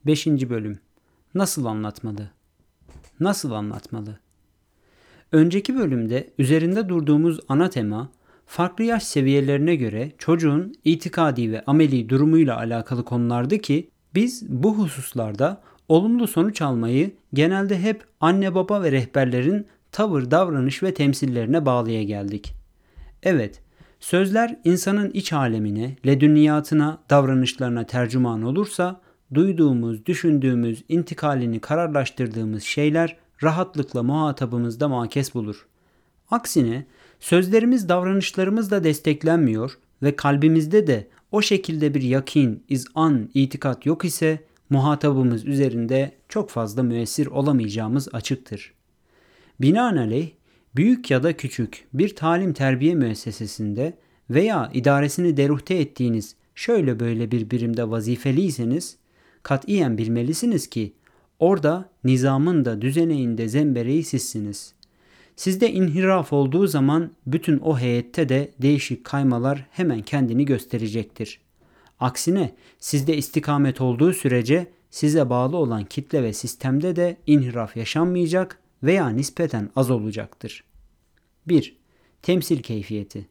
5. Bölüm. Nasıl anlatmalı? Nasıl anlatmalı? Önceki bölümde üzerinde durduğumuz ana tema, farklı yaş seviyelerine göre çocuğun itikadi ve ameli durumuyla alakalı konulardı ki biz bu hususlarda olumlu sonuç almayı genelde hep anne baba ve rehberlerin tavır, davranış ve temsillerine bağlıya geldik. Evet, sözler insanın iç alemine, ledünniyatına, davranışlarına tercüman olursa, duyduğumuz, düşündüğümüz, intikalini kararlaştırdığımız şeyler rahatlıkla muhatabımızda makes bulur. Aksine sözlerimiz davranışlarımızla desteklenmiyor ve kalbimizde de o şekilde bir yakin, izan, itikat yok ise muhatabımız üzerinde çok fazla müessir olamayacağımız açıktır. Binaenaleyh büyük ya da küçük bir talim terbiye müessesesinde veya idaresini deruhte ettiğiniz şöyle böyle bir birimde vazifeliyseniz katiyen bilmelisiniz ki orada nizamın da düzeneğin de zembereği sizsiniz. Sizde inhiraf olduğu zaman bütün o heyette de değişik kaymalar hemen kendini gösterecektir. Aksine sizde istikamet olduğu sürece size bağlı olan kitle ve sistemde de inhiraf yaşanmayacak veya nispeten az olacaktır. 1. Temsil keyfiyeti.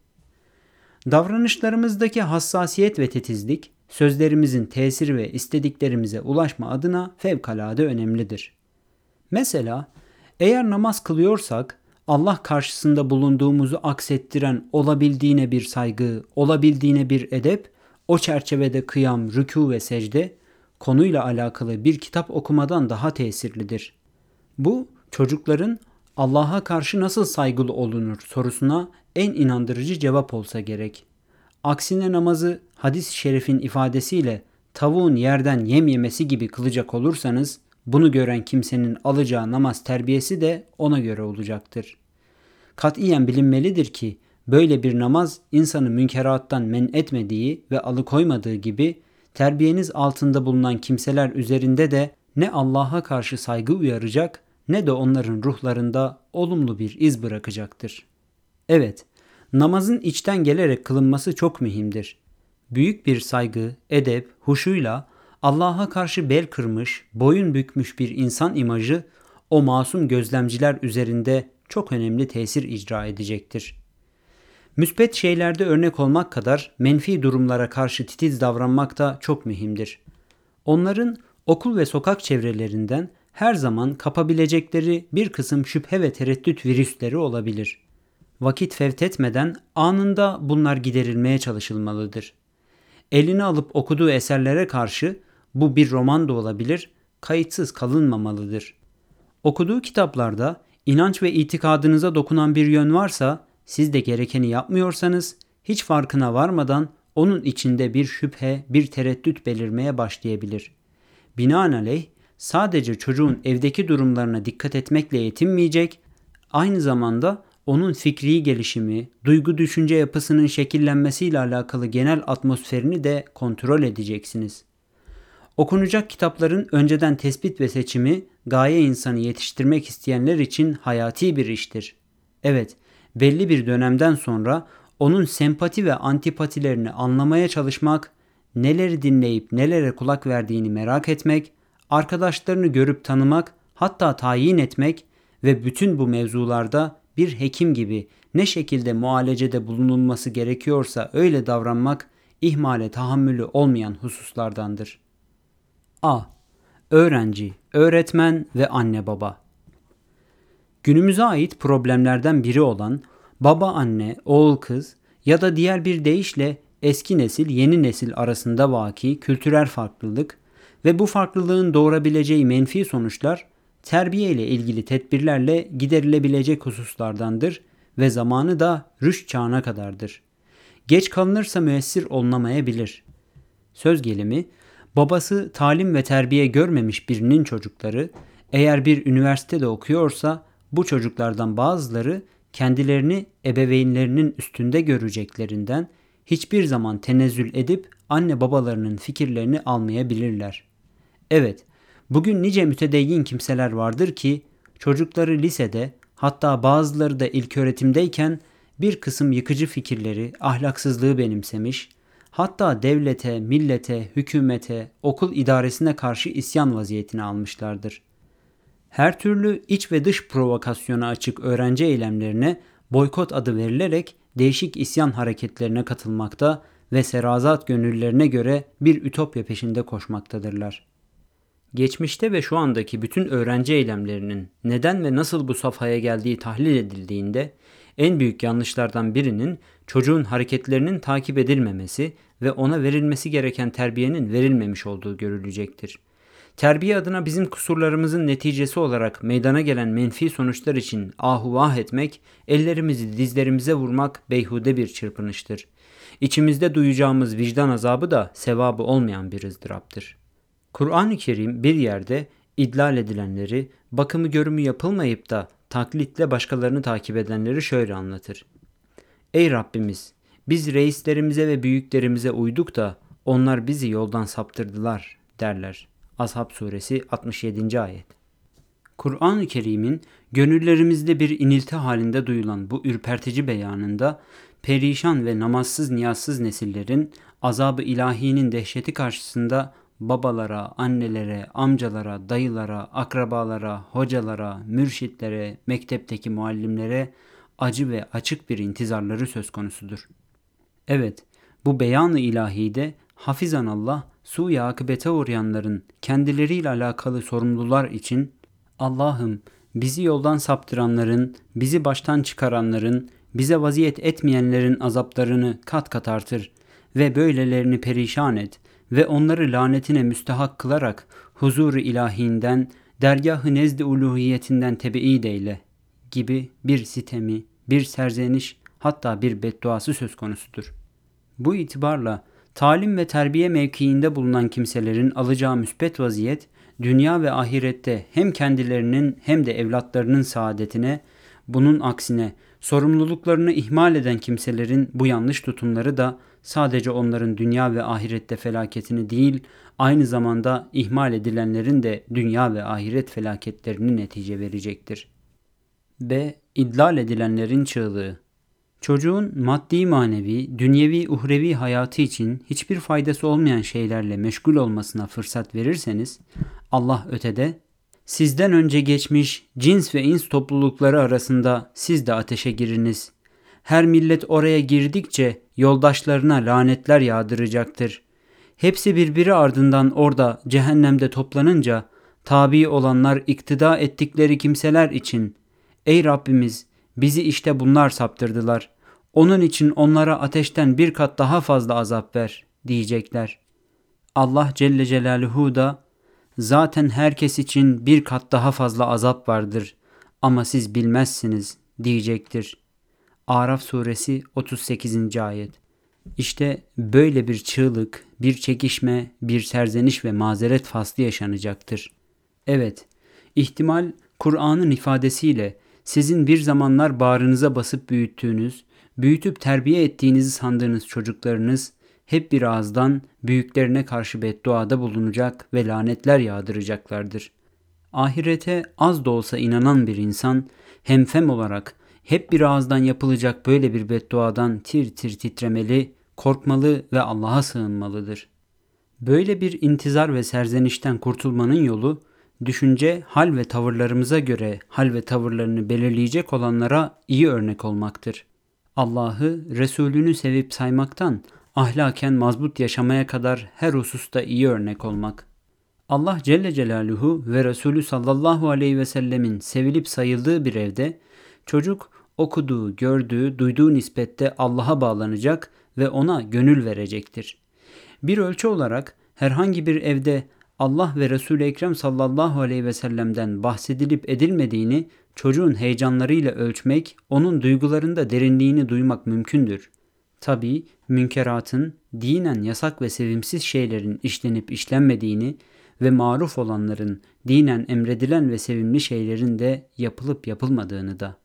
Davranışlarımızdaki hassasiyet ve titizlik, sözlerimizin tesiri ve istediklerimize ulaşma adına fevkalade önemlidir. Mesela eğer namaz kılıyorsak Allah karşısında bulunduğumuzu aksettiren olabildiğine bir saygı, olabildiğine bir edep, o çerçevede kıyam, rükû ve secde konuyla alakalı bir kitap okumadan daha tesirlidir. Bu çocukların Allah'a karşı nasıl saygılı olunur sorusuna en inandırıcı cevap olsa gerek. Aksine namazı hadis-i şerifin ifadesiyle tavuğun yerden yem yemesi gibi kılacak olursanız bunu gören kimsenin alacağı namaz terbiyesi de ona göre olacaktır. Katiyen bilinmelidir ki böyle bir namaz insanı münkerattan men etmediği ve alıkoymadığı gibi terbiyeniz altında bulunan kimseler üzerinde de ne Allah'a karşı saygı uyaracak ne de onların ruhlarında olumlu bir iz bırakacaktır. Evet, namazın içten gelerek kılınması çok mühimdir. Büyük bir saygı, edep, huşuyla Allah'a karşı bel kırmış, boyun bükmüş bir insan imajı o masum gözlemciler üzerinde çok önemli tesir icra edecektir. Müspet şeylerde örnek olmak kadar menfi durumlara karşı titiz davranmak da çok mühimdir. Onların okul ve sokak çevrelerinden her zaman kapabilecekleri bir kısım şüphe ve tereddüt virüsleri olabilir. Vakit fevtetmeden anında bunlar giderilmeye çalışılmalıdır. Eline alıp okuduğu eserlere karşı bu bir roman da olabilir, kayıtsız kalınmamalıdır. Okuduğu kitaplarda inanç ve itikadınıza dokunan bir yön varsa siz de gerekeni yapmıyorsanız hiç farkına varmadan onun içinde bir şüphe, bir tereddüt belirmeye başlayabilir. Binaenaleyh sadece çocuğun evdeki durumlarına dikkat etmekle yetinmeyecek, aynı zamanda onun fikri gelişimi, duygu düşünce yapısının şekillenmesiyle alakalı genel atmosferini de kontrol edeceksiniz. Okunacak kitapların önceden tespit ve seçimi gaye insanı yetiştirmek isteyenler için hayati bir iştir. Evet, belli bir dönemden sonra onun sempati ve antipatilerini anlamaya çalışmak, neleri dinleyip nelere kulak verdiğini merak etmek, arkadaşlarını görüp tanımak, hatta tayin etmek ve bütün bu mevzularda bir hekim gibi ne şekilde mualecede bulunulması gerekiyorsa öyle davranmak ihmale tahammülü olmayan hususlardandır. A. Öğrenci, öğretmen ve anne baba. Günümüze ait problemlerden biri olan baba anne, oğul kız ya da diğer bir deyişle eski nesil yeni nesil arasında vaki kültürel farklılık ve bu farklılığın doğurabileceği menfi sonuçlar terbiye ile ilgili tedbirlerle giderilebilecek hususlardandır ve zamanı da rüşt çağına kadardır. Geç kalınırsa müessir olunamayabilir. Söz gelimi, babası talim ve terbiye görmemiş birinin çocukları eğer bir üniversitede okuyorsa bu çocuklardan bazıları kendilerini ebeveynlerinin üstünde göreceklerinden hiçbir zaman tenezzül edip anne babalarının fikirlerini almayabilirler. Evet, bugün nice mütedeyyin kimseler vardır ki çocukları lisede, hatta bazıları da ilköğretimdeyken bir kısım yıkıcı fikirleri, ahlaksızlığı benimsemiş, Hatta devlete, millete, hükümete, okul idaresine karşı isyan vaziyetine almışlardır. Her türlü iç ve dış provokasyona açık öğrenci eylemlerine boykot adı verilerek değişik isyan hareketlerine katılmakta ve serazat gönüllerine göre bir ütopya peşinde koşmaktadırlar. Geçmişte ve şu andaki bütün öğrenci eylemlerinin neden ve nasıl bu safhaya geldiği tahlil edildiğinde en büyük yanlışlardan birinin çocuğun hareketlerinin takip edilmemesi ve ona verilmesi gereken terbiyenin verilmemiş olduğu görülecektir. Terbiye adına bizim kusurlarımızın neticesi olarak meydana gelen menfi sonuçlar için ahu vah etmek, ellerimizi dizlerimize vurmak beyhude bir çırpınıştır. İçimizde duyacağımız vicdan azabı da sevabı olmayan bir ızdıraptır. Kur'an-ı Kerim bir yerde idlal edilenleri, bakımı görümü yapılmayıp da taklitle başkalarını takip edenleri şöyle anlatır. Ey Rabbimiz! Biz reislerimize ve büyüklerimize uyduk da onlar bizi yoldan saptırdılar derler. Ashab suresi 67. ayet. Kur'an-ı Kerim'in gönüllerimizde bir inilti halinde duyulan bu ürpertici beyanında perişan ve namazsız niyazsız nesillerin azab-ı ilahinin dehşeti karşısında babalara, annelere, amcalara, dayılara, akrabalara, hocalara, mürşitlere, mektepteki muallimlere acı ve açık bir intizarları söz konusudur. Evet, bu beyan-ı ilahide hafizanallah su-i akıbete uğrayanların kendileriyle alakalı sorumlular için Allah'ım bizi yoldan saptıranların, bizi baştan çıkaranların, bize vaziyet etmeyenlerin azaplarını kat kat artır ve böylelerini perişan et ve onları lanetine müstehak kılarak huzur-u ilahinden, dergâh-ı nezd-i uluhiyetinden tebeid eyle gibi bir sitemi, bir serzeniş, hatta bir bedduası söz konusudur. Bu itibarla talim ve terbiye mevkiinde bulunan kimselerin alacağı müspet vaziyet, dünya ve ahirette hem kendilerinin hem de evlatlarının saadetine, bunun aksine sorumluluklarını ihmal eden kimselerin bu yanlış tutumları da sadece onların dünya ve ahirette felaketini değil, aynı zamanda ihmal edilenlerin de dünya ve ahiret felaketlerini netice verecektir. B. İdlal edilenlerin çığlığı. Çocuğun maddi manevi, dünyevi uhrevi hayatı için hiçbir faydası olmayan şeylerle meşgul olmasına fırsat verirseniz, Allah ötede, sizden önce geçmiş cins ve ins toplulukları arasında siz de ateşe giriniz. Her millet oraya girdikçe yoldaşlarına lanetler yağdıracaktır. Hepsi birbiri ardından orada cehennemde toplanınca, tabi olanlar iktida ettikleri kimseler için, ey Rabbimiz bizi işte bunlar saptırdılar. Onun için onlara ateşten bir kat daha fazla azap ver diyecekler. Allah Celle Celaluhu da zaten herkes için bir kat daha fazla azap vardır ama siz bilmezsiniz diyecektir. Araf suresi 38. ayet. İşte böyle bir çığlık, bir çekişme, bir serzeniş ve mazeret faslı yaşanacaktır. Evet, ihtimal Kur'an'ın ifadesiyle sizin bir zamanlar bağrınıza basıp büyüttüğünüz, büyütüp terbiye ettiğinizi sandığınız çocuklarınız hep bir ağızdan büyüklerine karşı bedduada bulunacak ve lanetler yağdıracaklardır. Ahirete az da olsa inanan bir insan hemfem olarak hep bir ağızdan yapılacak böyle bir bedduadan tir tir titremeli, korkmalı ve Allah'a sığınmalıdır. Böyle bir intizar ve serzenişten kurtulmanın yolu, düşünce, hal ve tavırlarımıza göre hal ve tavırlarını belirleyecek olanlara iyi örnek olmaktır. Allah'ı, Resulünü sevip saymaktan, ahlaken mazbut yaşamaya kadar her hususta iyi örnek olmak. Allah Celle Celaluhu ve Resulü sallallahu aleyhi ve sellemin sevilip sayıldığı bir evde, çocuk okuduğu, gördüğü, duyduğu nispette Allah'a bağlanacak ve ona gönül verecektir. Bir ölçü olarak herhangi bir evde Allah ve Resul-i Ekrem sallallahu aleyhi ve sellem'den bahsedilip edilmediğini çocuğun heyecanlarıyla ölçmek, onun duygularında derinliğini duymak mümkündür. Tabii münkeratın, dinen yasak ve sevimsiz şeylerin işlenip işlenmediğini ve maruf olanların, dinen emredilen ve sevimli şeylerin de yapılıp yapılmadığını da.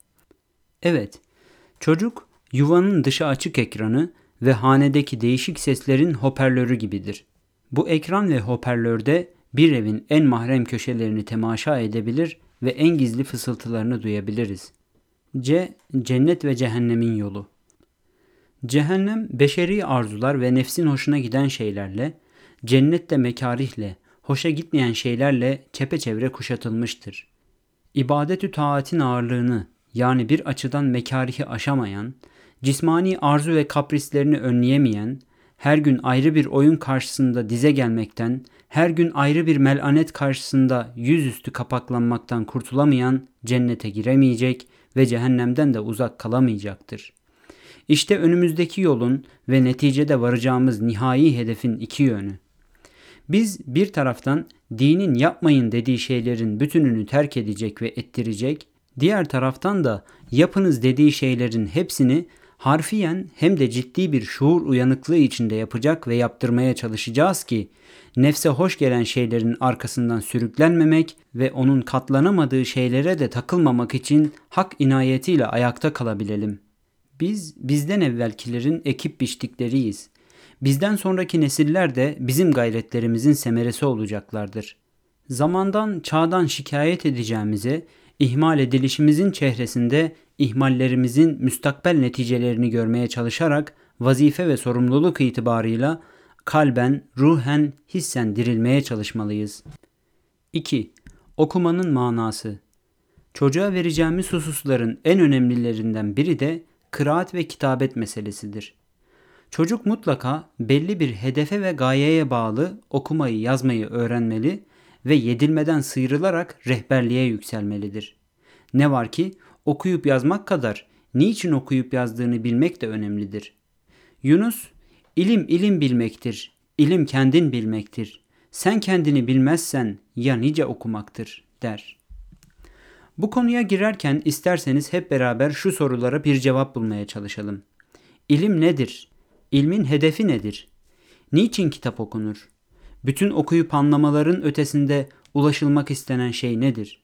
Evet, çocuk yuvanın dışı açık ekranı ve hanedeki değişik seslerin hoparlörü gibidir. Bu ekran ve hoparlörde bir evin en mahrem köşelerini temaşa edebilir ve en gizli fısıltılarını duyabiliriz. C. Cennet ve cehennemin yolu. Cehennem beşeri arzular ve nefsin hoşuna giden şeylerle, cennet de mekarihle, hoşa gitmeyen şeylerle çepeçevre kuşatılmıştır. İbadetü taatin ağırlığını, yani bir açıdan mekarihi aşamayan, cismani arzu ve kaprislerini önleyemeyen, her gün ayrı bir oyun karşısında dize gelmekten, her gün ayrı bir melanet karşısında yüzüstü kapaklanmaktan kurtulamayan cennete giremeyecek ve cehennemden de uzak kalamayacaktır. İşte önümüzdeki yolun ve neticede varacağımız nihai hedefin iki yönü. Biz bir taraftan dinin yapmayın dediği şeylerin bütününü terk edecek ve ettirecek, diğer taraftan da yapınız dediği şeylerin hepsini harfiyen hem de ciddi bir şuur uyanıklığı içinde yapacak ve yaptırmaya çalışacağız ki nefse hoş gelen şeylerin arkasından sürüklenmemek ve onun katlanamadığı şeylere de takılmamak için hak inayetiyle ayakta kalabilelim. Biz bizden evvelkilerin ekip biçtikleriyiz. Bizden sonraki nesiller de bizim gayretlerimizin semeresi olacaklardır. Zamandan, çağdan şikayet edeceğimize, ihmal edilişimizin çehresinde ihmallerimizin müstakbel neticelerini görmeye çalışarak vazife ve sorumluluk itibarıyla kalben, ruhen, hissen dirilmeye çalışmalıyız. 2. Okumanın manası. Çocuğa vereceğimiz hususların en önemlilerinden biri de kıraat ve kitabet meselesidir. Çocuk mutlaka belli bir hedefe ve gayeye bağlı okumayı yazmayı öğrenmeli ve yedilmeden sıyrılarak rehberliğe yükselmelidir. Ne var ki okuyup yazmak kadar niçin okuyup yazdığını bilmek de önemlidir. Yunus, ilim ilim bilmektir, ilim kendin bilmektir. Sen kendini bilmezsen ya nice okumaktır der. Bu konuya girerken isterseniz hep beraber şu sorulara bir cevap bulmaya çalışalım. İlim nedir? İlmin hedefi nedir? Niçin kitap okunur? Bütün okuyup anlamaların ötesinde ulaşılmak istenen şey nedir?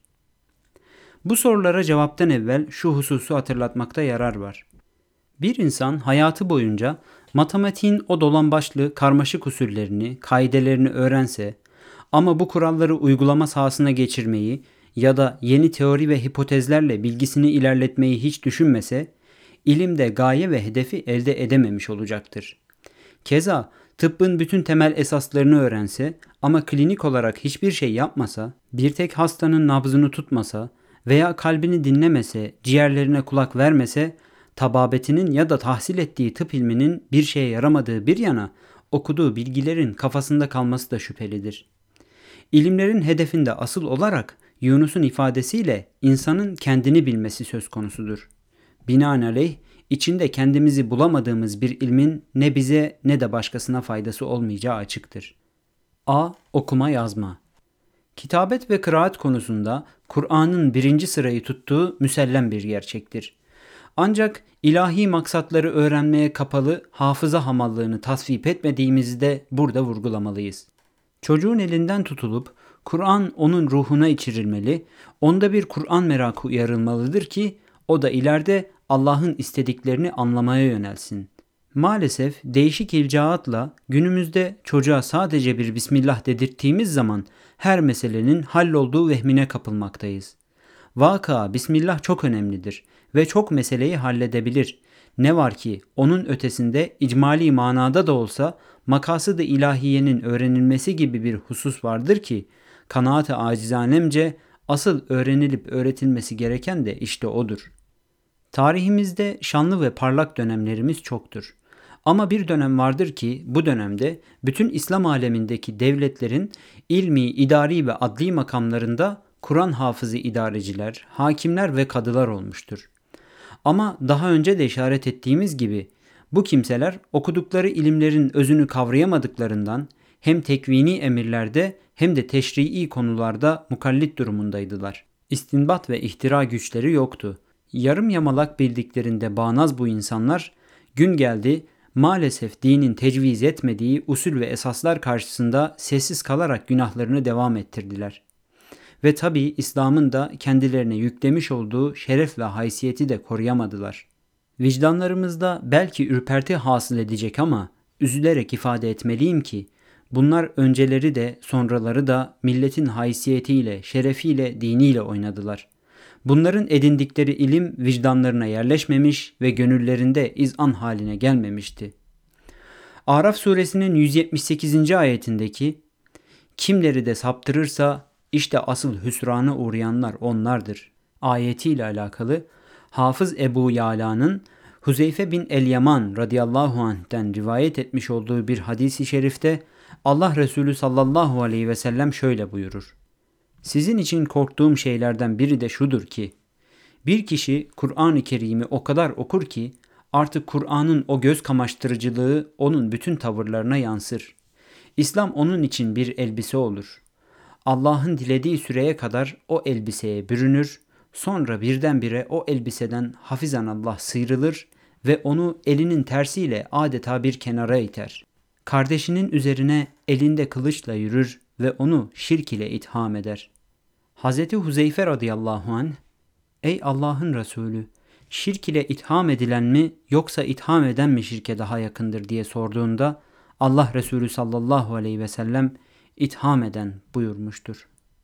Bu sorulara cevaptan evvel şu hususu hatırlatmakta yarar var. Bir insan hayatı boyunca matematiğin o dolambaçlı karmaşık usullerini, kaidelerini öğrense ama bu kuralları uygulama sahasına geçirmeyi ya da yeni teori ve hipotezlerle bilgisini ilerletmeyi hiç düşünmese, ilimde gaye ve hedefi elde edememiş olacaktır. Keza tıbbın bütün temel esaslarını öğrense ama klinik olarak hiçbir şey yapmasa, bir tek hastanın nabzını tutmasa veya kalbini dinlemese, ciğerlerine kulak vermese, tababetinin ya da tahsil ettiği tıp ilminin bir şeye yaramadığı bir yana, okuduğu bilgilerin kafasında kalması da şüphelidir. İlimlerin hedefinde asıl olarak Yunus'un ifadesiyle insanın kendini bilmesi söz konusudur. Binaenaleyh içinde kendimizi bulamadığımız bir ilmin ne bize ne de başkasına faydası olmayacağı açıktır. A. Okuma yazma. Kitabet ve kıraat konusunda Kur'an'ın birinci sırayı tuttuğu müsellem bir gerçektir. Ancak ilahi maksatları öğrenmeye kapalı hafıza hamallığını tasvip etmediğimizi de burada vurgulamalıyız. Çocuğun elinden tutulup Kur'an onun ruhuna içirilmeli, onda bir Kur'an merakı uyarılmalıdır ki o da ileride Allah'ın istediklerini anlamaya yönelsin. Maalesef değişik ilcaatla günümüzde çocuğa sadece bir Bismillah dedirttiğimiz zaman her meselenin hallolduğu vehmine kapılmaktayız. Vaka Bismillah çok önemlidir ve çok meseleyi halledebilir. Ne var ki onun ötesinde icmali manada da olsa makasıd-ı ilahiyenin öğrenilmesi gibi bir husus vardır ki kanaat-ı acizanemce asıl öğrenilip öğretilmesi gereken de işte odur. Tarihimizde şanlı ve parlak dönemlerimiz çoktur. Ama bir dönem vardır ki bu dönemde bütün İslam alemindeki devletlerin ilmi, idari ve adli makamlarında Kur'an hafızı idareciler, hakimler ve kadılar olmuştur. Ama daha önce de işaret ettiğimiz gibi bu kimseler okudukları ilimlerin özünü kavrayamadıklarından hem tekvini emirlerde hem de teşrii konularda mukallit durumundaydılar. İstinbat ve ihtira güçleri yoktu. Yarım yamalak bildiklerinde bağnaz bu insanlar gün geldi maalesef dinin tecviz etmediği usul ve esaslar karşısında sessiz kalarak günahlarını devam ettirdiler. Ve tabi İslam'ın da kendilerine yüklemiş olduğu şeref ve haysiyeti de koruyamadılar. Vicdanlarımızda belki ürperti hasıl edecek ama üzülerek ifade etmeliyim ki bunlar önceleri de sonraları da milletin haysiyetiyle, şerefiyle, diniyle oynadılar. Bunların edindikleri ilim vicdanlarına yerleşmemiş ve gönüllerinde izan haline gelmemişti. Araf suresinin 178. ayetindeki "Kimleri de saptırırsa işte asıl hüsrana uğrayanlar onlardır" ayetiyle alakalı Hafız Ebu Yala'nın Huzeyfe bin el-Yaman radıyallahu anh'ten rivayet etmiş olduğu bir hadis-i şerifte Allah Resulü sallallahu aleyhi ve sellem şöyle buyurur: "Sizin için korktuğum şeylerden biri de şudur ki, bir kişi Kur'an-ı Kerim'i o kadar okur ki artık Kur'an'ın o göz kamaştırıcılığı onun bütün tavırlarına yansır. İslam onun için bir elbise olur. Allah'ın dilediği süreye kadar o elbiseye bürünür, sonra birdenbire o elbiseden hafizanallah sıyrılır ve onu elinin tersiyle adeta bir kenara iter. Kardeşinin üzerine elinde kılıçla yürür ve onu şirk ile itham eder." Hz. Huzeyfe radıyallahu anh, "Ey Allah'ın Resulü, şirk ile itham edilen mi yoksa itham eden mi şirke daha yakındır?" diye sorduğunda Allah Resulü sallallahu aleyhi ve sellem itham eden buyurmuştur.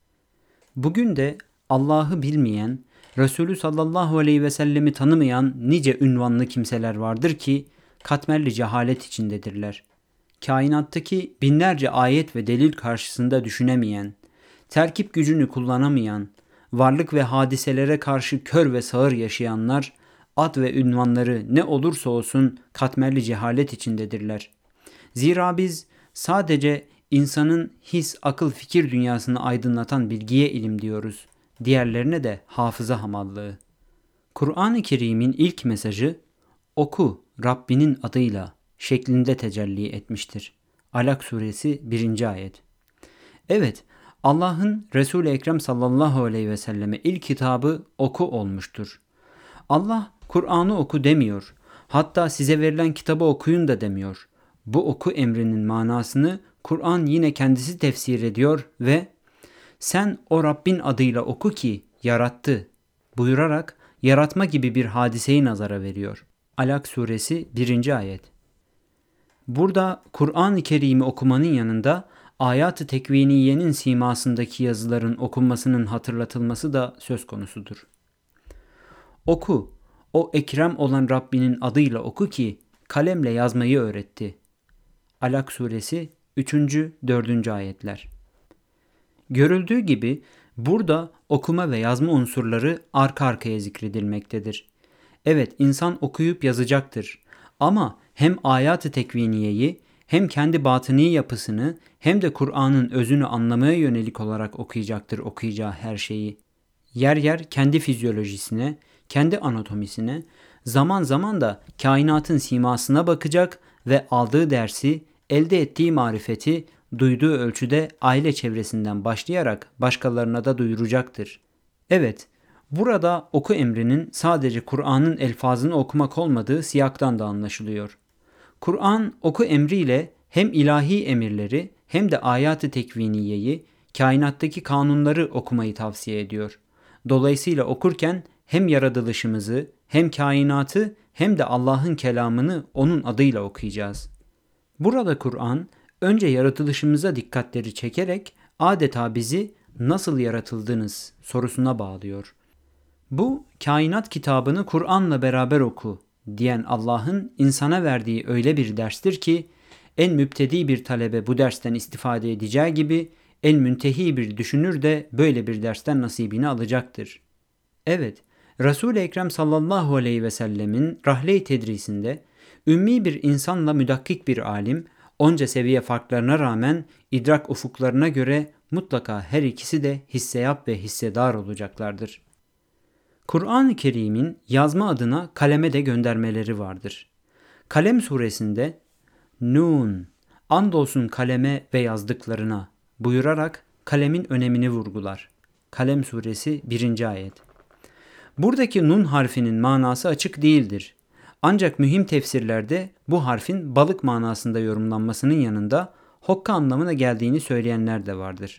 Bugün de Allah'ı bilmeyen, Resulü sallallahu aleyhi ve sellemi tanımayan nice ünvanlı kimseler vardır ki katmerli cehalet içindedirler. Kainattaki binlerce ayet ve delil karşısında düşünemeyen, terkip gücünü kullanamayan, varlık ve hadiselere karşı kör ve sağır yaşayanlar, ad ve ünvanları ne olursa olsun katmerli cehalet içindedirler. Zira biz sadece insanın his, akıl, fikir dünyasını aydınlatan bilgiye ilim diyoruz. Diğerlerine de hafıza hamallığı. Kur'an-ı Kerim'in ilk mesajı "Oku Rabbinin adıyla" şeklinde tecelli etmiştir. Alak suresi 1. ayet. Evet, Allah'ın Resul-i Ekrem sallallahu aleyhi ve selleme ilk hitabı oku olmuştur. Allah Kur'an'ı oku demiyor. Hatta size verilen kitabı okuyun da demiyor. Bu oku emrinin manasını Kur'an yine kendisi tefsir ediyor ve "Sen o Rabbin adıyla oku ki yarattı" buyurarak yaratma gibi bir hadiseyi nazara veriyor. Alak suresi 1. ayet. Burada Kur'an-ı Kerim'i okumanın yanında ayat-ı tekviniyenin simasındaki yazıların okunmasının hatırlatılması da söz konusudur. Oku, o ekrem olan Rabbinin adıyla oku ki kalemle yazmayı öğretti. Alak suresi 3. 4. ayetler. Görüldüğü gibi burada okuma ve yazma unsurları arka arkaya zikredilmektedir. Evet, insan okuyup yazacaktır ama hem ayat-ı tekviniyeyi hem kendi batıni yapısını hem de Kur'an'ın özünü anlamaya yönelik olarak okuyacaktır okuyacağı her şeyi. Yer yer kendi fizyolojisine, kendi anatomisine, zaman zaman da kainatın simasına bakacak ve aldığı dersi, elde ettiği marifeti duyduğu ölçüde aile çevresinden başlayarak başkalarına da duyuracaktır. Evet, burada oku emrinin sadece Kur'an'ın elfazını okumak olmadığı siyaktan da anlaşılıyor. Kur'an oku emriyle hem ilahi emirleri hem de ayat-ı tekviniyeyi, kainattaki kanunları okumayı tavsiye ediyor. Dolayısıyla okurken hem yaratılışımızı, hem kainatı hem de Allah'ın kelamını onun adıyla okuyacağız. Burada Kur'an önce yaratılışımıza dikkatleri çekerek adeta bizi "nasıl yaratıldınız" sorusuna bağlıyor. Bu kainat kitabını Kur'an'la beraber oku diyen Allah'ın insana verdiği öyle bir derstir ki en müptedi bir talebe bu dersten istifade edeceği gibi en müntehi bir düşünür de böyle bir dersten nasibini alacaktır. Evet, Resul-i Ekrem sallallahu aleyhi ve sellemin rahle-i tedrisinde ümmi bir insanla müdakkik bir alim, onca seviye farklarına rağmen idrak ufuklarına göre mutlaka her ikisi de hisseyap ve hissedar olacaklardır. Kur'an-ı Kerim'in yazma adına kaleme de göndermeleri vardır. Kalem suresinde "Nun, andolsun kaleme ve yazdıklarına" buyurarak kalemin önemini vurgular. Kalem suresi 1. ayet. Buradaki nun harfinin manası açık değildir. Ancak mühim tefsirlerde bu harfin balık manasında yorumlanmasının yanında hokka anlamına geldiğini söyleyenler de vardır.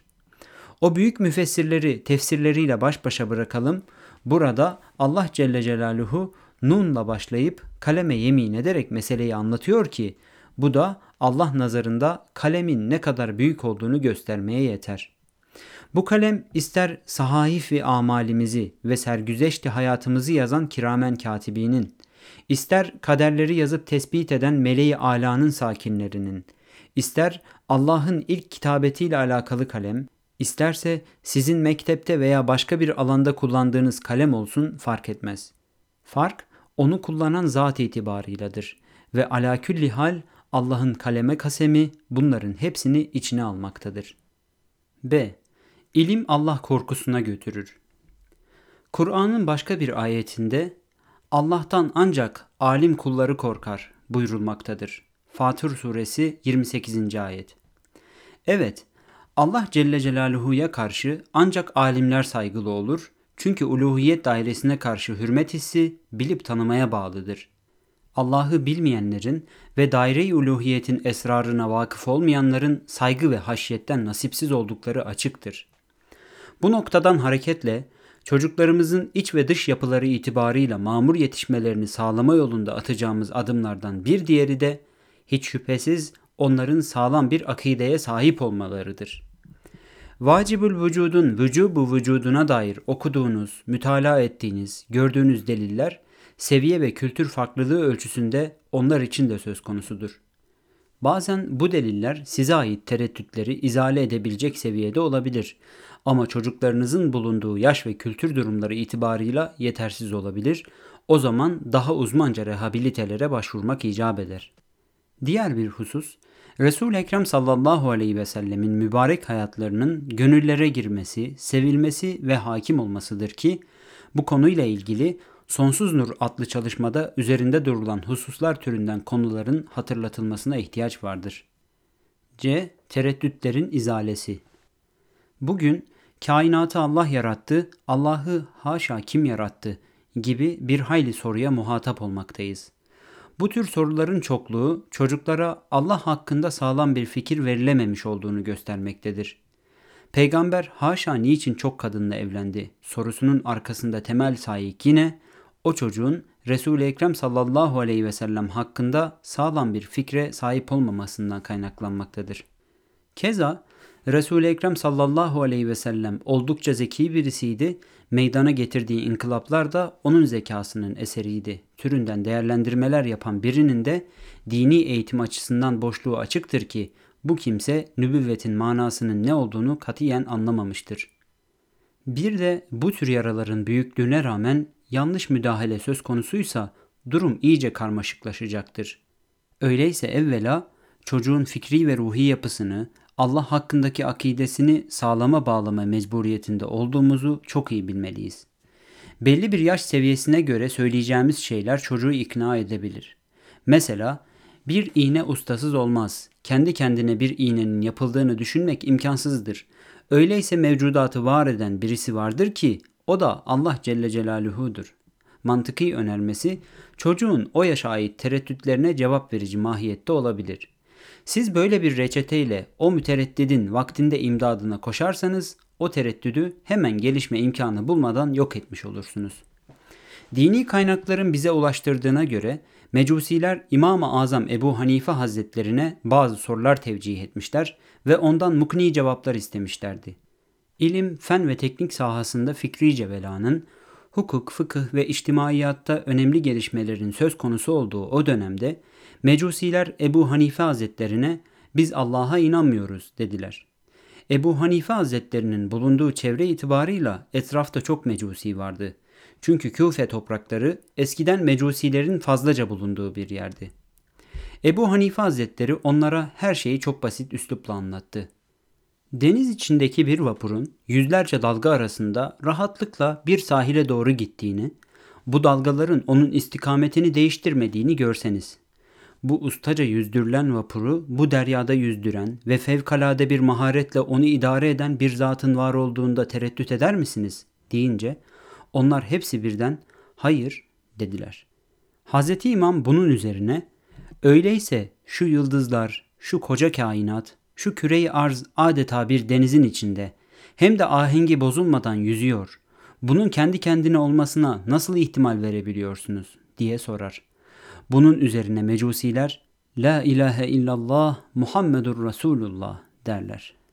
O büyük müfessirleri tefsirleriyle baş başa bırakalım. Burada Allah Celle Celaluhu nunla başlayıp kaleme yemin ederek meseleyi anlatıyor ki bu da Allah nazarında kalemin ne kadar büyük olduğunu göstermeye yeter. Bu kalem ister sahaif ve amalimizi ve sergüzeşti hayatımızı yazan kiramen katibinin, ister kaderleri yazıp tespit eden meleği alanın sakinlerinin, ister Allah'ın ilk kitabetiyle alakalı kalem, isterse sizin mektepte veya başka bir alanda kullandığınız kalem olsun fark etmez. Fark onu kullanan zat itibarıyladır ve ala külli hal Allah'ın kaleme kasemi bunların hepsini içine almaktadır. B. İlim Allah korkusuna götürür. Kur'an'ın başka bir ayetinde Allah'tan ancak alim kulları korkar buyurulmaktadır. Fatır suresi 28. ayet. Evet, Allah Celle Celaluhu'ya karşı ancak alimler saygılı olur, çünkü uluhiyet dairesine karşı hürmet hissi bilip tanımaya bağlıdır. Allah'ı bilmeyenlerin ve daire-i uluhiyetin esrarına vakıf olmayanların saygı ve haşyetten nasipsiz oldukları açıktır. Bu noktadan hareketle çocuklarımızın iç ve dış yapıları itibarıyla mamur yetişmelerini sağlama yolunda atacağımız adımlardan bir diğeri de hiç şüphesiz onların sağlam bir akideye sahip olmalarıdır. Vacibül vücudun vücubu vücuduna dair okuduğunuz, mütalaa ettiğiniz, gördüğünüz deliller seviye ve kültür farklılığı ölçüsünde onlar için de söz konusudur. Bazen bu deliller size ait tereddütleri izale edebilecek seviyede olabilir ama çocuklarınızın bulunduğu yaş ve kültür durumları itibarıyla yetersiz olabilir. O zaman daha uzmanca rehabilitelere başvurmak icap eder. Diğer bir husus, Resul-i Ekrem sallallahu aleyhi ve sellemin mübarek hayatlarının gönüllere girmesi, sevilmesi ve hakim olmasıdır ki bu konuyla ilgili Sonsuz Nur adlı çalışmada üzerinde durulan hususlar türünden konuların hatırlatılmasına ihtiyaç vardır. C. Tereddütlerin izalesi. Bugün kainatı Allah yarattı, Allah'ı haşa kim yarattı gibi bir hayli soruya muhatap olmaktayız. Bu tür soruların çokluğu çocuklara Allah hakkında sağlam bir fikir verilememiş olduğunu göstermektedir. Peygamber haşa niçin çok kadınla evlendi sorusunun arkasında temel sahip yine o çocuğun Resul-i Ekrem sallallahu aleyhi ve sellem hakkında sağlam bir fikre sahip olmamasından kaynaklanmaktadır. Keza Resul-i Ekrem sallallahu aleyhi ve sellem oldukça zeki birisiydi, meydana getirdiği inkılaplar da onun zekasının eseriydi. Türünden değerlendirmeler yapan birinin de dini eğitim açısından boşluğu açıktır ki bu kimse nübüvvetin manasının ne olduğunu katiyen anlamamıştır. Bir de bu tür yaraların büyüklüğüne rağmen yanlış müdahale söz konusuysa durum iyice karmaşıklaşacaktır. Öyleyse evvela çocuğun fikri ve ruhi yapısını, Allah hakkındaki akidesini sağlama bağlama mecburiyetinde olduğumuzu çok iyi bilmeliyiz. Belli bir yaş seviyesine göre söyleyeceğimiz şeyler çocuğu ikna edebilir. Mesela bir iğne ustasız olmaz. Kendi kendine bir iğnenin yapıldığını düşünmek imkansızdır. Öyleyse mevcudatı var eden birisi vardır ki o da Allah Celle Celaluhu'dur. Mantıki önermesi çocuğun o yaşa ait tereddütlerine cevap verici mahiyette olabilir. Siz böyle bir reçeteyle o mütereddidin vaktinde imdadına koşarsanız o tereddüdü hemen gelişme imkanı bulmadan yok etmiş olursunuz. Dini kaynakların bize ulaştırdığına göre Mecusiler İmam-ı Azam Ebu Hanife Hazretlerine bazı sorular tevcih etmişler ve ondan mukni cevaplar istemişlerdi. İlim, fen ve teknik sahasında fikri cevelanın, hukuk, fıkıh ve içtimaiyatta önemli gelişmelerin söz konusu olduğu o dönemde Mecusiler Ebu Hanife Hazretlerine biz Allah'a inanmıyoruz dediler. Ebu Hanife Hazretlerinin bulunduğu çevre itibarıyla etrafta çok Mecusi vardı. Çünkü Küfe toprakları eskiden Mecusilerin fazlaca bulunduğu bir yerdi. Ebu Hanife Hazretleri onlara her şeyi çok basit üslupla anlattı. Deniz içindeki bir vapurun yüzlerce dalga arasında rahatlıkla bir sahile doğru gittiğini, bu dalgaların onun istikametini değiştirmediğini görseniz, bu ustaca yüzdürülen vapuru bu deryada yüzdüren ve fevkalade bir maharetle onu idare eden bir zatın var olduğunda tereddüt eder misiniz? Deyince onlar hepsi birden hayır dediler. Hazreti İmam bunun üzerine öyleyse şu yıldızlar, şu koca kainat, şu küre-i arz adeta bir denizin içinde hem de ahengi bozulmadan yüzüyor. Bunun kendi kendine olmasına nasıl ihtimal verebiliyorsunuz diye sorar. Bunun üzerine Mecusiler La ilahe illallah Muhammedur Resulullah derler.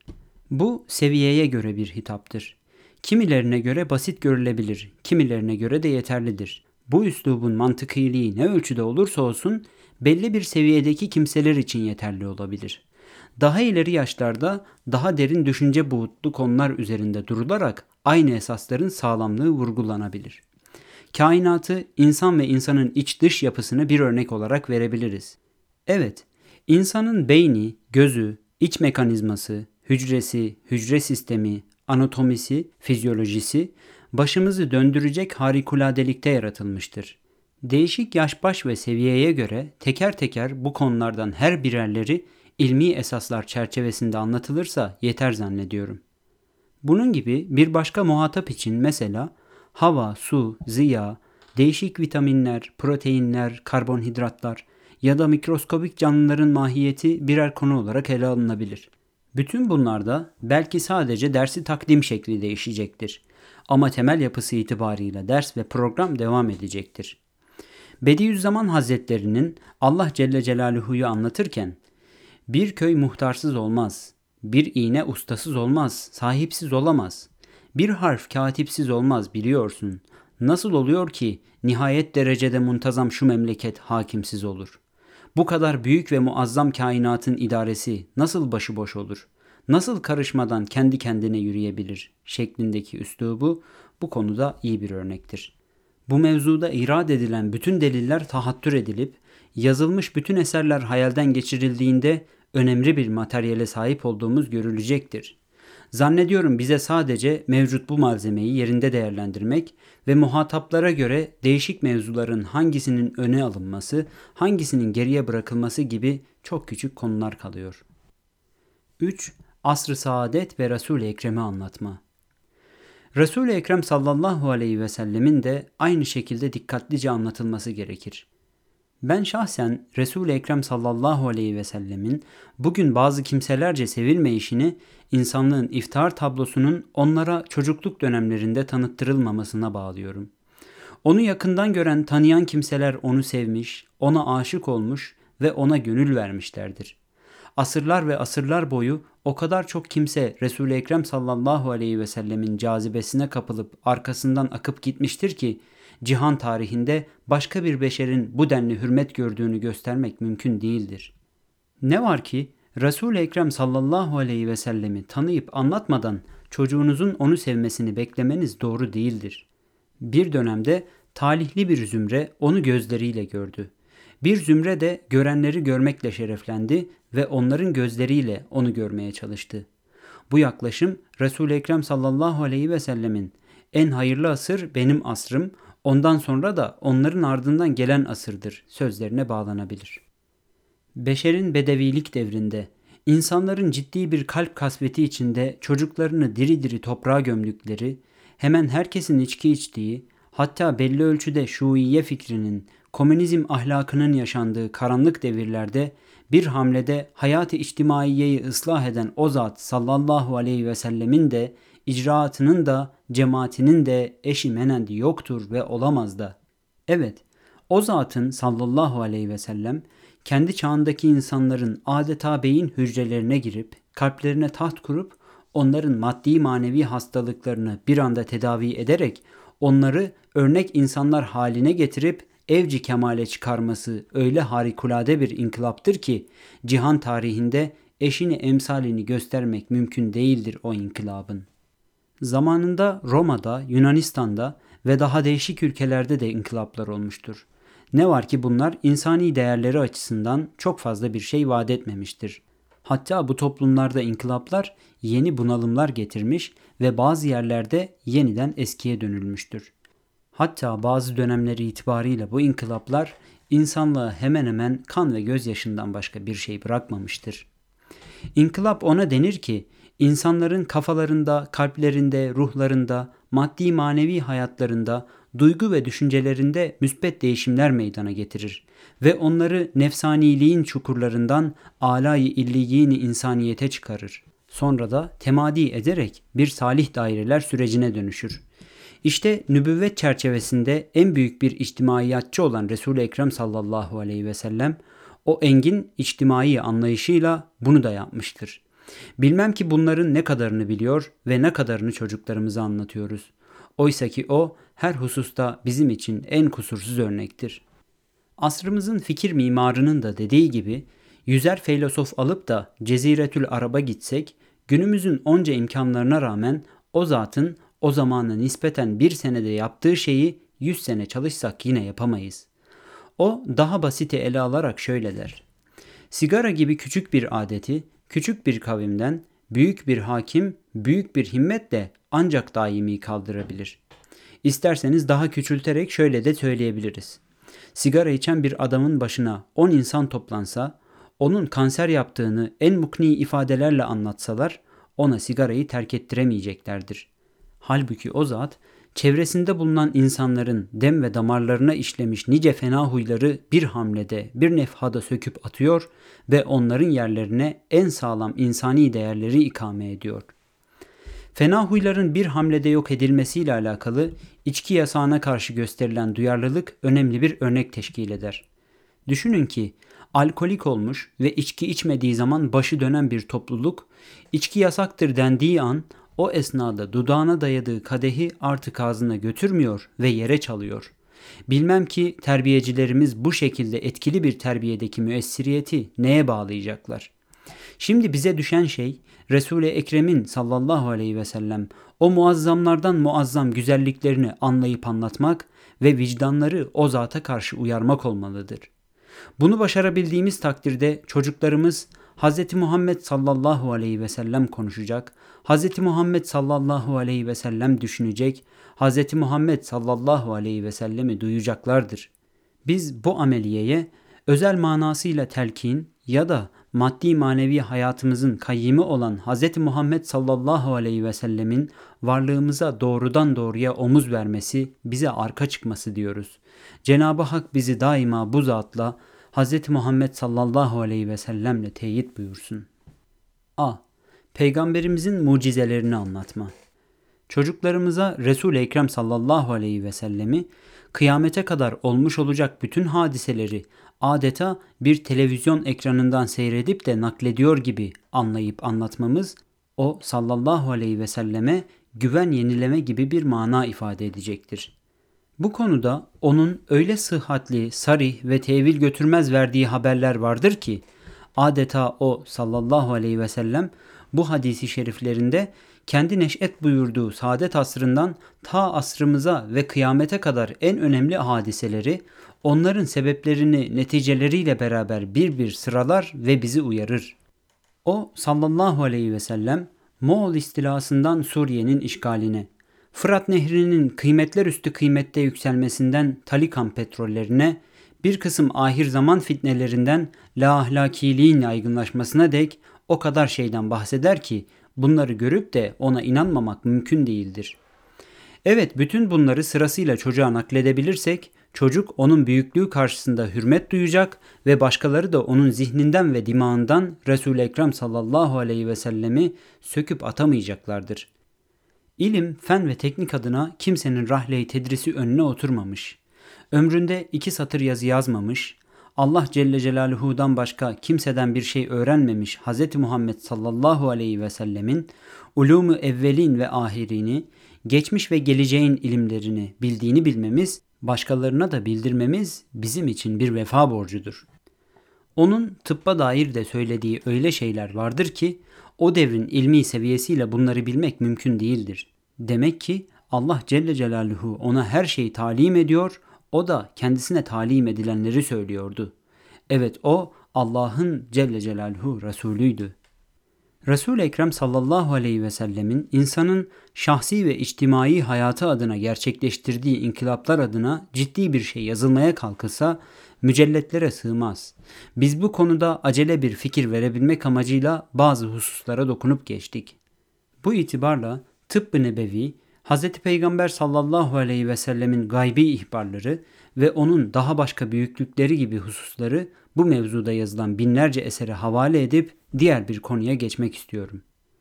Bu seviyeye göre bir hitaptır. Kimilerine göre basit görülebilir, kimilerine göre de yeterlidir. Bu üslubun mantıkiliği ne ölçüde olursa olsun belli bir seviyedeki kimseler için yeterli olabilir. Daha ileri yaşlarda daha derin düşünce boyutlu konular üzerinde durularak aynı esasların sağlamlığı vurgulanabilir. Kainatı, insan ve insanın iç dış yapısını bir örnek olarak verebiliriz. Evet, insanın beyni, gözü, iç mekanizması, hücresi, hücre sistemi, anatomisi, fizyolojisi başımızı döndürecek harikuladelikte yaratılmıştır. Değişik yaş baş ve seviyeye göre teker teker bu konulardan her birerleri ilmi esaslar çerçevesinde anlatılırsa yeter zannediyorum. Bunun gibi bir başka muhatap için mesela hava, su, ziya, değişik vitaminler, proteinler, karbonhidratlar ya da mikroskobik canlıların mahiyeti birer konu olarak ele alınabilir. Bütün bunlarda belki sadece dersi takdim şekli değişecektir. Ama temel yapısı itibarıyla ders ve program devam edecektir. Bediüzzaman Hazretleri'nin Allah Celle Celaluhu'yu anlatırken bir köy muhtarsız olmaz, bir iğne ustasız olmaz, sahipsiz olamaz, bir harf katipsiz olmaz biliyorsun. Nasıl oluyor ki nihayet derecede muntazam şu memleket hakimsiz olur? Bu kadar büyük ve muazzam kainatın idaresi nasıl başıboş olur? Nasıl karışmadan kendi kendine yürüyebilir? Şeklindeki üslubu bu konuda iyi bir örnektir. Bu mevzuda irad edilen bütün deliller tahattür edilip, yazılmış bütün eserler hayalden geçirildiğinde önemli bir materyale sahip olduğumuz görülecektir. Zannediyorum bize sadece mevcut bu malzemeyi yerinde değerlendirmek ve muhataplara göre değişik mevzuların hangisinin öne alınması, hangisinin geriye bırakılması gibi çok küçük konular kalıyor. 3. Asr-ı Saadet ve Resul-i Ekrem'i anlatma. Resul-i Ekrem sallallahu aleyhi ve sellemin de aynı şekilde dikkatlice anlatılması gerekir. Ben şahsen Resul-i Ekrem sallallahu aleyhi ve sellemin bugün bazı kimselerce sevilmeyişini insanlığın iftihar tablosunun onlara çocukluk dönemlerinde tanıttırılmamasına bağlıyorum. Onu yakından gören, tanıyan kimseler onu sevmiş, ona aşık olmuş ve ona gönül vermişlerdir. Asırlar ve asırlar boyu o kadar çok kimse Resul-i Ekrem sallallahu aleyhi ve sellemin cazibesine kapılıp arkasından akıp gitmiştir ki cihan tarihinde başka bir beşerin bu denli hürmet gördüğünü göstermek mümkün değildir. Ne var ki Resul-i Ekrem sallallahu aleyhi ve sellemi tanıyıp anlatmadan çocuğunuzun onu sevmesini beklemeniz doğru değildir. Bir dönemde talihli bir zümre onu gözleriyle gördü. Bir zümre de görenleri görmekle şereflendi ve onların gözleriyle onu görmeye çalıştı. Bu yaklaşım Resul-i Ekrem sallallahu aleyhi ve sellemin en hayırlı asır benim asrım, ondan sonra da onların ardından gelen asırdır sözlerine bağlanabilir. Beşerin bedevilik devrinde, insanların ciddi bir kalp kasveti içinde çocuklarını diri diri toprağa gömdükleri, hemen herkesin içki içtiği, hatta belli ölçüde şuiye fikrinin, komünizm ahlakının yaşandığı karanlık devirlerde bir hamlede hayat-ı içtimaiyeyi ıslah eden o zat sallallahu aleyhi ve sellemin de icraatının da cemaatinin de eşi menendi yoktur ve olamaz da. Evet, o zatın sallallahu aleyhi ve sellem kendi çağındaki insanların adeta beyin hücrelerine girip kalplerine taht kurup onların maddi manevi hastalıklarını bir anda tedavi ederek onları örnek insanlar haline getirip evci kemale çıkarması öyle harikulade bir inkılaptır ki cihan tarihinde eşini emsalini göstermek mümkün değildir o inkılabın. Zamanında Roma'da, Yunanistan'da ve daha değişik ülkelerde de inkılaplar olmuştur. Ne var ki bunlar insani değerleri açısından çok fazla bir şey vaat etmemiştir. Hatta bu toplumlarda inkılaplar yeni bunalımlar getirmiş ve bazı yerlerde yeniden eskiye dönülmüştür. Hatta bazı dönemleri itibariyle bu inkılaplar insanlığa hemen hemen kan ve gözyaşından başka bir şey bırakmamıştır. İnkılap ona denir ki insanların kafalarında, kalplerinde, ruhlarında, maddi manevi hayatlarında, duygu ve düşüncelerinde müspet değişimler meydana getirir ve onları nefsaniliğin çukurlarından âlâ-i illiyîn-i insaniyete çıkarır. Sonra da temadi ederek bir salih daireler sürecine dönüşür. İşte nübüvvet çerçevesinde en büyük bir içtimaiyatçı olan Resul-i Ekrem sallallahu aleyhi ve sellem o engin içtimai anlayışıyla bunu da yapmıştır. Bilmem ki bunların ne kadarını biliyor ve ne kadarını çocuklarımıza anlatıyoruz. Oysa ki o her hususta bizim için en kusursuz örnektir. Asrımızın fikir mimarının da dediği gibi, yüzer filozof alıp da Ceziretül Arab'a gitsek, günümüzün onca imkanlarına rağmen o zatın o zamana nispeten bir senede yaptığı şeyi 100 sene çalışsak yine yapamayız. O daha basiti ele alarak şöyle der: sigara gibi küçük bir adeti, küçük bir kavimden büyük bir hakim, büyük bir himmetle ancak daimi kaldırabilir. İsterseniz daha küçülterek şöyle de söyleyebiliriz: sigara içen bir adamın başına 10 insan toplansa, onun kanser yaptığını en mukni ifadelerle anlatsalar, ona sigarayı terk ettiremeyeceklerdir. Halbuki o zat, çevresinde bulunan insanların dem ve damarlarına işlemiş nice fena huyları bir hamlede, bir nefhada söküp atıyor ve onların yerlerine en sağlam insani değerleri ikame ediyor. Fena huyların bir hamlede yok edilmesiyle alakalı içki yasağına karşı gösterilen duyarlılık önemli bir örnek teşkil eder. Düşünün ki alkolik olmuş ve içki içmediği zaman başı dönen bir topluluk, içki yasaktır dendiği an o esnada dudağına dayadığı kadehi artık ağzına götürmüyor ve yere çalıyor. Bilmem ki terbiyecilerimiz bu şekilde etkili bir terbiyedeki müessiriyeti neye bağlayacaklar? Şimdi bize düşen şey, Resul-i Ekrem'in sallallahu aleyhi ve sellem o muazzamlardan muazzam güzelliklerini anlayıp anlatmak ve vicdanları o zata karşı uyarmak olmalıdır. Bunu başarabildiğimiz takdirde çocuklarımız Hz. Muhammed sallallahu aleyhi ve sellem konuşacak, Hz. Muhammed sallallahu aleyhi ve sellem düşünecek, Hz. Muhammed sallallahu aleyhi ve sellemi duyacaklardır. Biz bu ameliyeye özel manasıyla telkin ya da maddi manevi hayatımızın kayyimi olan Hz. Muhammed sallallahu aleyhi ve sellemin varlığımıza doğrudan doğruya omuz vermesi, bize arka çıkması diyoruz. Cenab-ı Hak bizi daima bu zatla Hz. Muhammed sallallahu aleyhi ve sellemle teyit buyursun. A. Peygamberimizin mucizelerini anlatma. Çocuklarımıza Resul-i Ekrem sallallahu aleyhi ve sellemi, kıyamete kadar olmuş olacak bütün hadiseleri adeta bir televizyon ekranından seyredip de naklediyor gibi anlayıp anlatmamız, o sallallahu aleyhi ve selleme güven yenileme gibi bir mana ifade edecektir. Bu konuda onun öyle sıhhatli, sarih ve tevil götürmez verdiği haberler vardır ki, adeta o sallallahu aleyhi ve sellem bu hadisi şeriflerinde kendi neş'et buyurduğu saadet asrından ta asrımıza ve kıyamete kadar en önemli hadiseleri, onların sebeplerini neticeleriyle beraber bir bir sıralar ve bizi uyarır. O sallallahu aleyhi ve sellem Moğol istilasından Suriye'nin işgaline, Fırat Nehri'nin kıymetler üstü kıymette yükselmesinden Talikan petrollerine, bir kısım ahir zaman fitnelerinden la ahlakiliğin yaygınlaşmasına dek o kadar şeyden bahseder ki bunları görüp de ona inanmamak mümkün değildir. Evet, bütün bunları sırasıyla çocuğa nakledebilirsek, çocuk onun büyüklüğü karşısında hürmet duyacak ve başkaları da onun zihninden ve dimağından Resul-i Ekrem sallallahu aleyhi ve sellemi söküp atamayacaklardır. İlim, fen ve teknik adına kimsenin rahle-i tedrisi önüne oturmamış. Ömründe 2 satır yazı yazmamış, Allah Celle Celaluhu'dan başka kimseden bir şey öğrenmemiş Hz. Muhammed sallallahu aleyhi ve sellemin ulûmu evvelin ve ahirini, geçmiş ve geleceğin ilimlerini bildiğini bilmemiz, başkalarına da bildirmemiz bizim için bir vefa borcudur. Onun tıbba dair de söylediği öyle şeyler vardır ki, o devrin ilmi seviyesiyle bunları bilmek mümkün değildir. Demek ki Allah Celle Celaluhu ona her şeyi talim ediyor, o da kendisine talim edilenleri söylüyordu. Evet, o Allah'ın Celle Celaluhu Resulüydü. Resul-i Ekrem sallallahu aleyhi ve sellemin insanın şahsi ve içtimai hayatı adına gerçekleştirdiği inkılaplar adına ciddi bir şey yazılmaya kalkılsa mücelletlere sığmaz. Biz bu konuda acele bir fikir verebilmek amacıyla bazı hususlara dokunup geçtik. Bu itibarla Tıbb-ı Nebevi, Hz. Peygamber sallallahu aleyhi ve sellemin gaybi ihbarları ve onun daha başka büyüklükleri gibi hususları bu mevzuda yazılan binlerce esere havale edip diğer bir konuya geçmek istiyorum.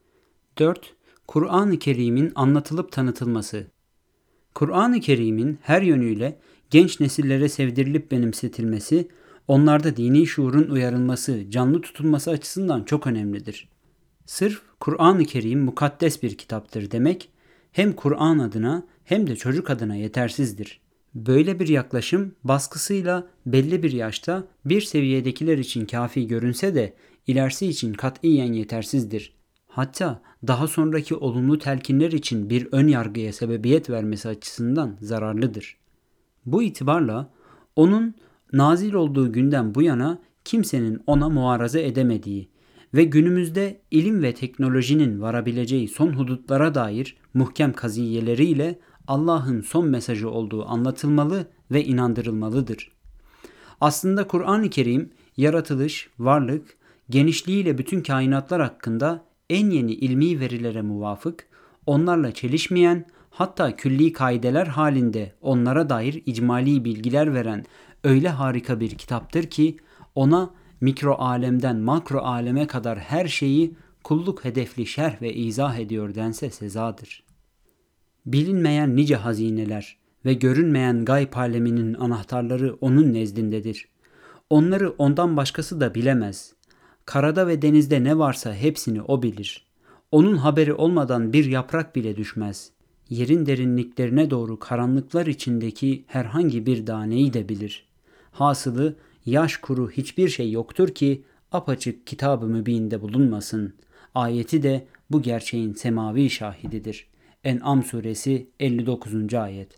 4. Kur'an-ı Kerim'in anlatılıp tanıtılması. Kur'an-ı Kerim'in her yönüyle genç nesillere sevdirilip benimsetilmesi, onlarda dini şuurun uyarılması, canlı tutulması açısından çok önemlidir. Sırf Kur'an-ı Kerim mukaddes bir kitaptır demek hem Kur'an adına hem de çocuk adına yetersizdir. Böyle bir yaklaşım baskısıyla belli bir yaşta bir seviyedekiler için kafi görünse de ilerisi için katiyen yetersizdir. Hatta daha sonraki olumlu telkinler için bir ön yargıya sebebiyet vermesi açısından zararlıdır. Bu itibarla onun nazil olduğu günden bu yana kimsenin ona muaraza edemediği ve günümüzde ilim ve teknolojinin varabileceği son hudutlara dair muhkem kaziyeleriyle Allah'ın son mesajı olduğu anlatılmalı ve inandırılmalıdır. Aslında Kur'an-ı Kerim yaratılış, varlık, genişliğiyle bütün kainatlar hakkında en yeni ilmi verilere muvafık, onlarla çelişmeyen, hatta külli kaideler halinde onlara dair icmali bilgiler veren öyle harika bir kitaptır ki ona mikro alemden makro aleme kadar her şeyi kulluk hedefli şerh ve izah ediyor dense sezadır. Bilinmeyen nice hazineler ve görünmeyen gayb aleminin anahtarları onun nezdindedir. Onları ondan başkası da bilemez. Karada ve denizde ne varsa hepsini o bilir. Onun haberi olmadan bir yaprak bile düşmez. Yerin derinliklerine doğru karanlıklar içindeki herhangi bir daneyi de bilir. Hasılı yaş kuru hiçbir şey yoktur ki apaçık Kitab-ı Mübin'de bulunmasın. Ayeti de bu gerçeğin semavi şahididir. En'am suresi 59. ayet.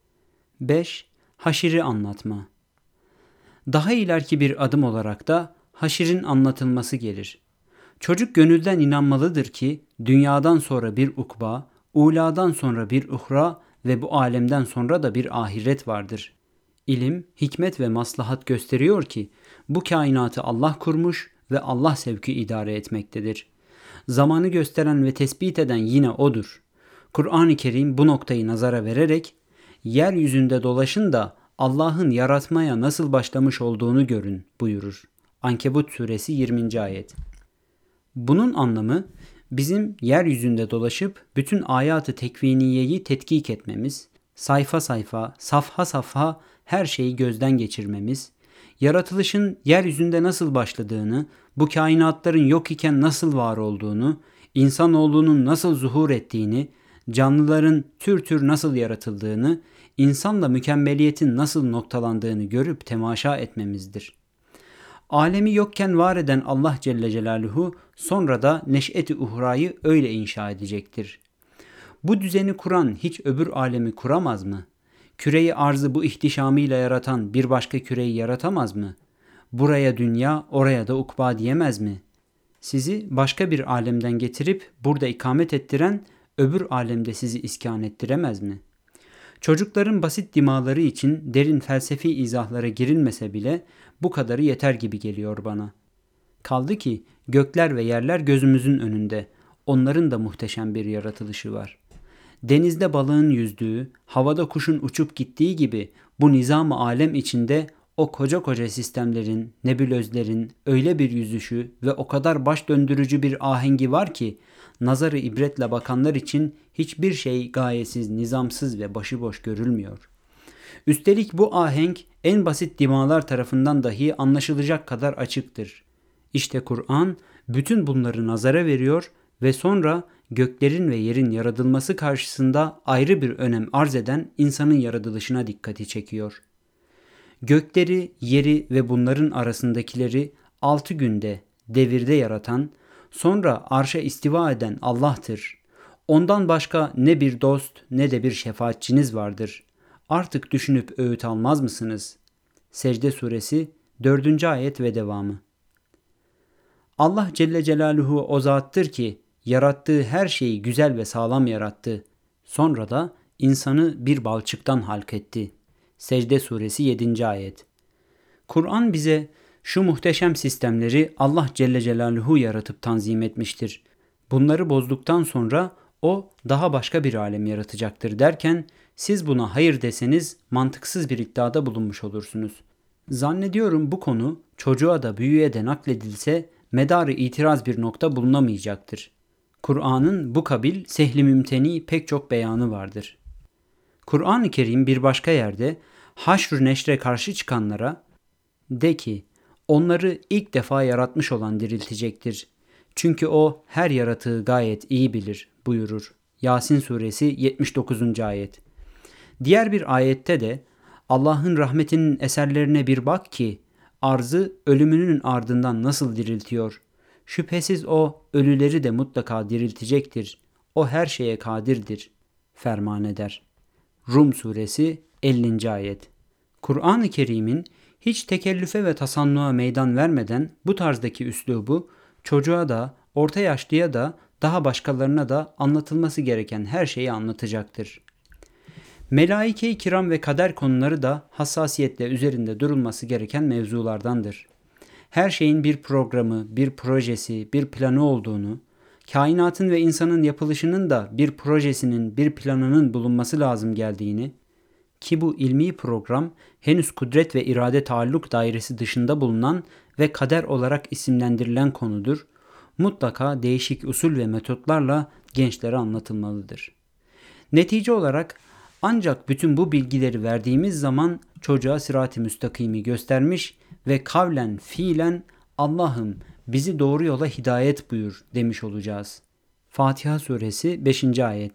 5. Haşiri anlatma. Daha ileriki bir adım olarak da haşirin anlatılması gelir. Çocuk gönülden inanmalıdır ki dünyadan sonra bir ukba, uladan sonra bir uhra ve bu alemden sonra da bir ahiret vardır. İlim, hikmet ve maslahat gösteriyor ki bu kainatı Allah kurmuş ve Allah sevki idare etmektedir. Zamanı gösteren ve tespit eden yine O'dur. Kur'an-ı Kerim bu noktayı nazara vererek yeryüzünde dolaşın da Allah'ın yaratmaya nasıl başlamış olduğunu görün buyurur. Ankebut suresi 20. ayet. Bunun anlamı bizim yeryüzünde dolaşıp bütün ayat-ı tekviniyeyi tetkik etmemiz, sayfa sayfa, safha safha her şeyi gözden geçirmemiz, yaratılışın yeryüzünde nasıl başladığını, bu kainatların yok iken nasıl var olduğunu, insanoğlunun nasıl zuhur ettiğini, canlıların tür tür nasıl yaratıldığını, insanla mükemmeliyetin nasıl noktalandığını görüp temaşa etmemizdir. Alemi yokken var eden Allah Celle Celaluhu sonra da neş'et-i uhrayı öyle inşa edecektir. Bu düzeni kuran hiç öbür alemi kuramaz mı? Küreyi arzı bu ihtişamıyla yaratan bir başka küreyi yaratamaz mı? Buraya dünya, oraya da ukba diyemez mi? Sizi başka bir alemden getirip burada ikamet ettiren öbür alemde sizi iskan ettiremez mi? Çocukların basit dimaları için derin felsefi izahlara girilmese bile bu kadarı yeter gibi geliyor bana. Kaldı ki gökler ve yerler gözümüzün önünde. Onların da muhteşem bir yaratılışı var. Denizde balığın yüzdüğü, havada kuşun uçup gittiği gibi bu nizam-ı alem içinde o koca koca sistemlerin, nebulözlerin öyle bir yüzüşü ve o kadar baş döndürücü bir ahengi var ki nazarı ibretle bakanlar için hiçbir şey gayesiz, nizamsız ve başıboş görülmüyor. Üstelik bu ahenk en basit dimalar tarafından dahi anlaşılacak kadar açıktır. İşte Kur'an bütün bunları nazara veriyor ve sonra göklerin ve yerin yaratılması karşısında ayrı bir önem arz eden insanın yaratılışına dikkati çekiyor. Gökleri, yeri ve bunların arasındakileri 6 günde, devirde yaratan, sonra arşa istiva eden Allah'tır. Ondan başka ne bir dost ne de bir şefaatçiniz vardır. Artık düşünüp öğüt almaz mısınız? Secde suresi 4. ayet ve devamı. Allah Celle Celaluhu o zattır ki yarattığı her şeyi güzel ve sağlam yarattı. Sonra da insanı bir balçıktan halketti. Secde suresi 7. ayet. Kur'an bize şu muhteşem sistemleri Allah Celle Celaluhu yaratıp tanzim etmiştir. Bunları bozduktan sonra o daha başka bir alem yaratacaktır derken siz buna hayır deseniz mantıksız bir iddiada bulunmuş olursunuz. Zannediyorum bu konu çocuğa da büyüğe de nakledilse medarı itiraz bir nokta bulunamayacaktır. Kur'an'ın bu kabil sehli mümteni pek çok beyanı vardır. Kur'an-ı Kerim bir başka yerde haşr-ı neşre karşı çıkanlara de ki onları ilk defa yaratmış olan diriltecektir. Çünkü o her yaratığı gayet iyi bilir buyurur. Yasin suresi 79. ayet. Diğer bir ayette de Allah'ın rahmetinin eserlerine bir bak ki arzı ölümünün ardından nasıl diriltiyor. Şüphesiz o ölüleri de mutlaka diriltecektir. O her şeye kadirdir ferman eder. Rum suresi 50. ayet. Kur'an-ı Kerim'in hiç tekellüfe ve tasannuğa meydan vermeden bu tarzdaki üslubu çocuğa da, orta yaşlıya da, daha başkalarına da anlatılması gereken her şeyi anlatacaktır. Melaike-i kiram ve kader konuları da hassasiyetle üzerinde durulması gereken mevzulardandır. Her şeyin bir programı, bir projesi, bir planı olduğunu, kainatın ve insanın yapılışının da bir projesinin, bir planının bulunması lazım geldiğini, ki bu ilmi program henüz kudret ve irade taalluk dairesi dışında bulunan ve kader olarak isimlendirilen konudur, mutlaka değişik usul ve metotlarla gençlere anlatılmalıdır. Netice olarak ancak bütün bu bilgileri verdiğimiz zaman çocuğa sırat-ı müstakimi göstermiş ve kavlen fiilen Allah'ım bizi doğru yola hidayet buyur demiş olacağız. Fatiha suresi 5. ayet.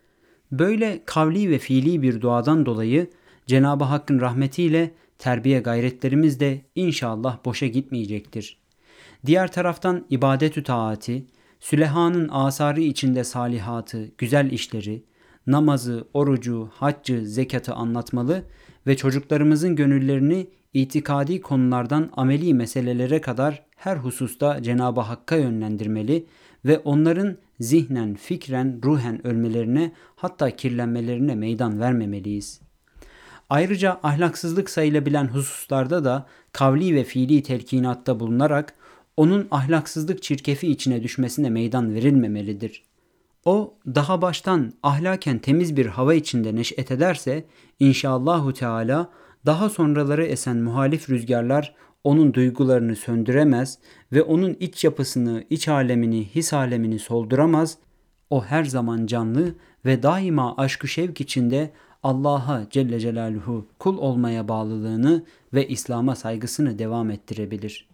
Böyle kavli ve fiili bir duadan dolayı Cenab-ı Hakk'ın rahmetiyle terbiye gayretlerimiz de inşallah boşa gitmeyecektir. Diğer taraftan ibadetü taati, Sülehanın asarı içinde salihatı, güzel işleri, namazı, orucu, haccı, zekatı anlatmalı ve çocuklarımızın gönüllerini itikadi konulardan ameli meselelere kadar her hususta Cenab-ı Hakk'a yönlendirmeli ve onların zihnen, fikren, ruhen ölmelerine hatta kirlenmelerine meydan vermemeliyiz. Ayrıca ahlaksızlık sayılabilen hususlarda da kavli ve fiili telkinatta bulunarak onun ahlaksızlık çirkefi içine düşmesine meydan verilmemelidir. O daha baştan ahlaken temiz bir hava içinde neş'et ederse inşallahü teala daha sonraları esen muhalif rüzgarlar onun duygularını söndüremez ve onun iç yapısını, iç alemini, his alemini solduramaz. O her zaman canlı ve daima aşk-ı şevk içinde Allah'a Celle Celaluhu kul olmaya bağlılığını ve İslam'a saygısını devam ettirebilir.